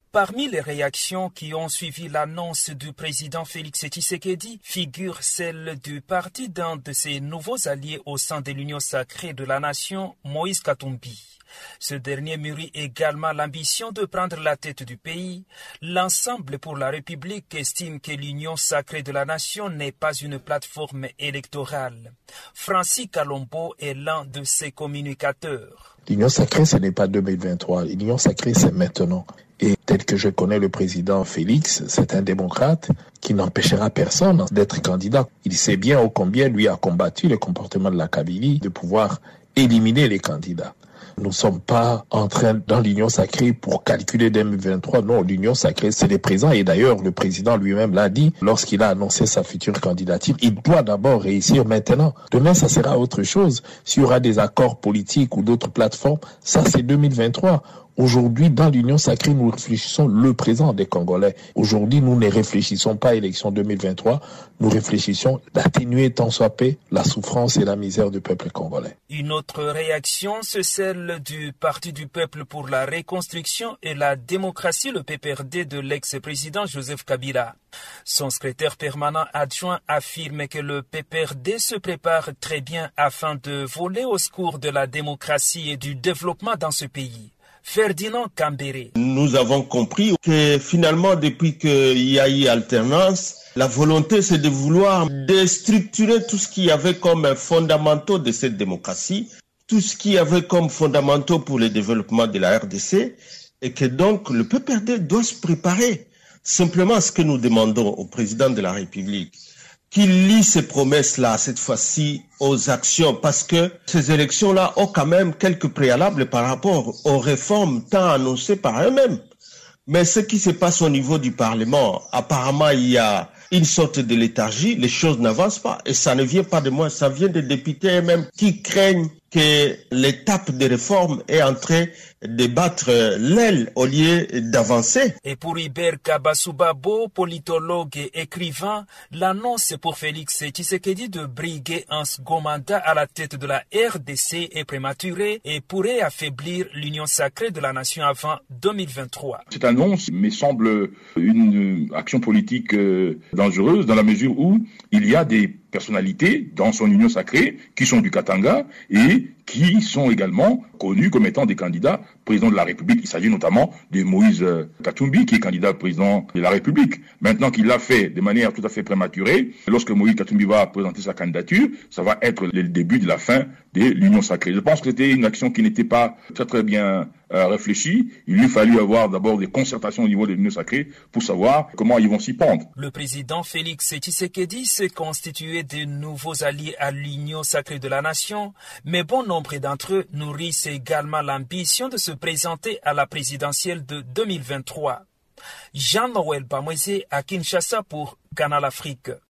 Parmi les réactions qui ont suivi l'annonce du président Félix Tshisekedi figure celle du parti d'un de ses nouveaux alliés au sein de l'Union sacrée de la nation, Moïse Katumbi. Ce dernier mûrit également l'ambition de prendre la tête du pays. L'Ensemble pour la République estime que l'Union sacrée de la nation n'est pas une plateforme électorale. Francis Kalombo est l'un de ses communicateurs. L'Union sacrée, ce n'est pas 2023. L'Union sacrée, c'est maintenant. Et tel que je connais le président Félix, c'est un démocrate qui n'empêchera personne d'être candidat. Il sait bien ô combien lui a combattu le comportement de la Kabylie de pouvoir éliminer les candidats. Nous ne sommes pas en train, dans l'Union sacrée, pour calculer 2023. Non, l'Union sacrée, c'est les présents. Et d'ailleurs, le président lui-même l'a dit lorsqu'il a annoncé sa future candidature. Il doit d'abord réussir maintenant. Demain, ça sera autre chose. S'il y aura des accords politiques ou d'autres plateformes, ça, c'est 2023. Aujourd'hui, dans l'Union sacrée, nous réfléchissons le présent des Congolais. Aujourd'hui, nous ne réfléchissons pas à l'élection 2023, nous réfléchissons d'atténuer tant soit peu la souffrance et la misère du peuple congolais. Une autre réaction, c'est celle du Parti du peuple pour la reconstruction et la démocratie, le PPRD de l'ex-président Joseph Kabila. Son secrétaire permanent adjoint affirme que le PPRD se prépare très bien afin de voler au secours de la démocratie et du développement dans ce pays. Ferdinand Kambere. Nous avons compris que finalement, depuis qu'il y a eu alternance, la volonté c'est de vouloir déstructurer tout ce qu'il y avait comme fondamentaux de cette démocratie, tout ce qu'il y avait comme fondamentaux pour le développement de la RDC, et que donc le PPRD doit se préparer. Simplement ce que nous demandons au président de la République, qu'il lie ces promesses-là, cette fois-ci, aux actions, parce que ces élections-là ont quand même quelques préalables par rapport aux réformes tant annoncées par eux-mêmes. Mais ce qui se passe au niveau du Parlement, apparemment, il y a une sorte de léthargie, les choses n'avancent pas, et ça ne vient pas de moi, ça vient des députés eux-mêmes qui craignent que l'étape de réforme est en train de battre l'aile au lieu d'avancer. Et pour Hubert Kabasubabo, politologue et écrivain, l'annonce pour Félix Tshisekedi de briguer un second mandat à la tête de la RDC est prématurée et pourrait affaiblir l'union sacrée de la nation avant 2023. Cette annonce me semble une action politique dangereuse dans la mesure où il y a des personnalités dans son union sacrée qui sont du Katanga et qui sont également connus comme étant des candidats président de la République. Il s'agit notamment de Moïse Katumbi, qui est candidat président de la République. Maintenant qu'il l'a fait de manière tout à fait prématurée, lorsque Moïse Katumbi va présenter sa candidature, ça va être le début de la fin de l'union sacrée. Je pense que c'était une action qui n'était pas très bien réfléchie. Il lui fallu avoir d'abord des concertations au niveau de l'union sacrée pour savoir comment ils vont s'y prendre. Le président Félix Tshisekedi s'est constitué de nouveaux alliés à l'union sacrée de la nation, mais bon nombre d'entre eux nourrissent également l'ambition de se présenter à la présidentielle de 2023. Jean-Noël Bamweze à Kinshasa pour Canal Afrique.